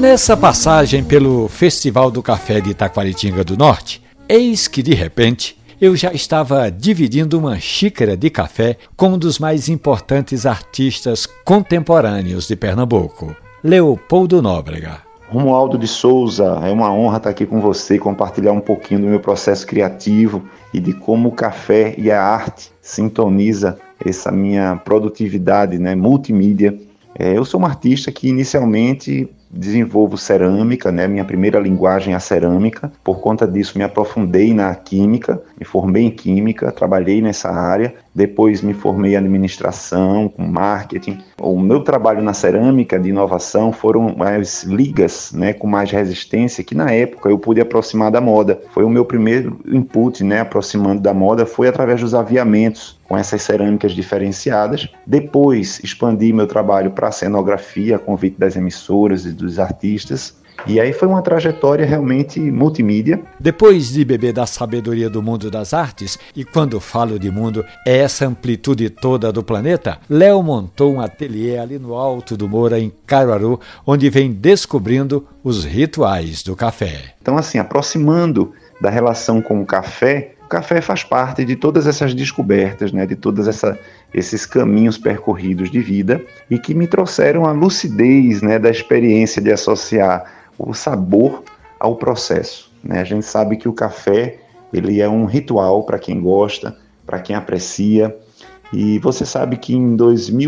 Nessa passagem pelo Festival do Café de Itaquaritinga do Norte, eis que de repente eu já estava dividindo uma xícara de café com um dos mais importantes artistas contemporâneos de Pernambuco, Leopoldo Nóbrega. Romualdo de Souza, é uma honra estar aqui com você e compartilhar um pouquinho do meu processo criativo e de como o café e a arte sintoniza essa minha produtividade, multimídia. Eu sou um artista que inicialmente desenvolvo cerâmica, minha primeira linguagem é a cerâmica. Por conta disso me aprofundei na química, me formei em química, trabalhei nessa área. Depois me formei em administração, com marketing. O meu trabalho na cerâmica de inovação foram as ligas, com mais resistência, que na época eu pude aproximar da moda. Foi o meu primeiro input, aproximando da moda, foi através dos aviamentos, com essas cerâmicas diferenciadas. Depois expandi meu trabalho para a cenografia, a convite das emissoras e dos artistas. E aí foi uma trajetória realmente multimídia. Depois de beber da sabedoria do mundo das artes, e quando falo de mundo, é essa amplitude toda do planeta, Léo montou um ateliê ali no Alto do Moura, em Caruaru, onde vem descobrindo os rituais do café. Então, assim, aproximando da relação com o café faz parte de todas essas descobertas, de todos esses caminhos percorridos de vida e que me trouxeram a lucidez, da experiência de associar o sabor ao processo. A gente sabe que o café ele é um ritual para quem gosta, para quem aprecia. E você sabe que em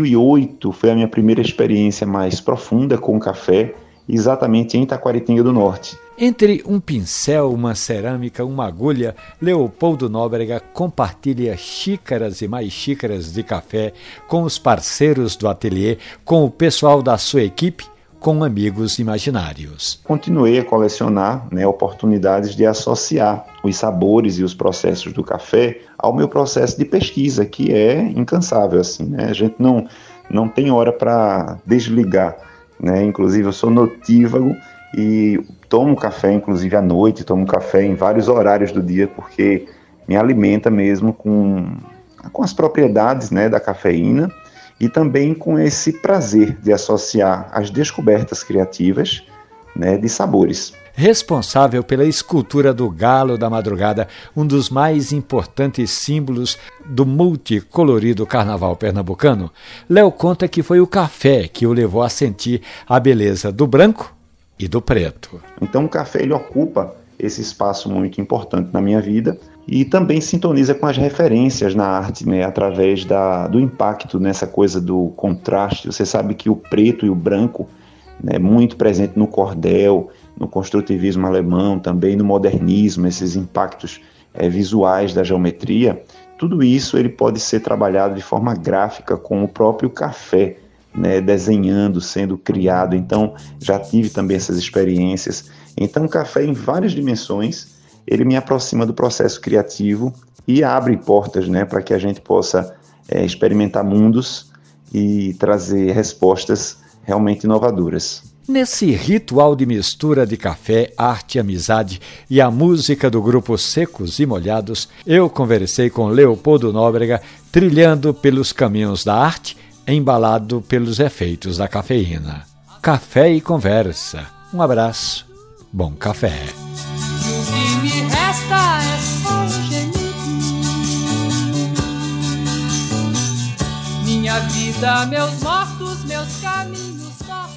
2008 foi a minha primeira experiência mais profunda com o café, exatamente em Itaquaritinga do Norte. Entre um pincel, uma cerâmica, uma agulha, Leopoldo Nóbrega compartilha xícaras e mais xícaras de café com os parceiros do ateliê, com o pessoal da sua equipe, com amigos imaginários. Continuei a colecionar oportunidades de associar os sabores e os processos do café ao meu processo de pesquisa, que é incansável. A gente não tem hora para desligar. Inclusive eu sou notívago e tomo café inclusive à noite, tomo café em vários horários do dia, porque me alimenta mesmo com as propriedades da cafeína e também com esse prazer de associar as descobertas criativas de sabores. Responsável pela escultura do Galo da Madrugada, um dos mais importantes símbolos do multicolorido carnaval pernambucano, Léo conta que foi o café que o levou a sentir a beleza do branco e do preto. Então o café ele ocupa esse espaço muito importante na minha vida e também sintoniza com as referências na arte, através do impacto nessa coisa do contraste. Você sabe que o preto e o branco é muito presente no cordel, no construtivismo alemão, também no modernismo, esses impactos visuais da geometria. Tudo isso ele pode ser trabalhado de forma gráfica com o próprio café, desenhando, sendo criado. Então já tive também essas experiências. Então o café em várias dimensões, ele me aproxima do processo criativo e abre portas para que a gente possa experimentar mundos e trazer respostas realmente inovadoras. Nesse ritual de mistura de café, arte, amizade e a música do grupo Secos e Molhados, eu conversei com Leopoldo Nóbrega, trilhando pelos caminhos da arte, embalado pelos efeitos da cafeína. Café e conversa. Um abraço. Bom café. O que me resta é só um gemido. Minha vida, meus mortos, meus caminhos mortos.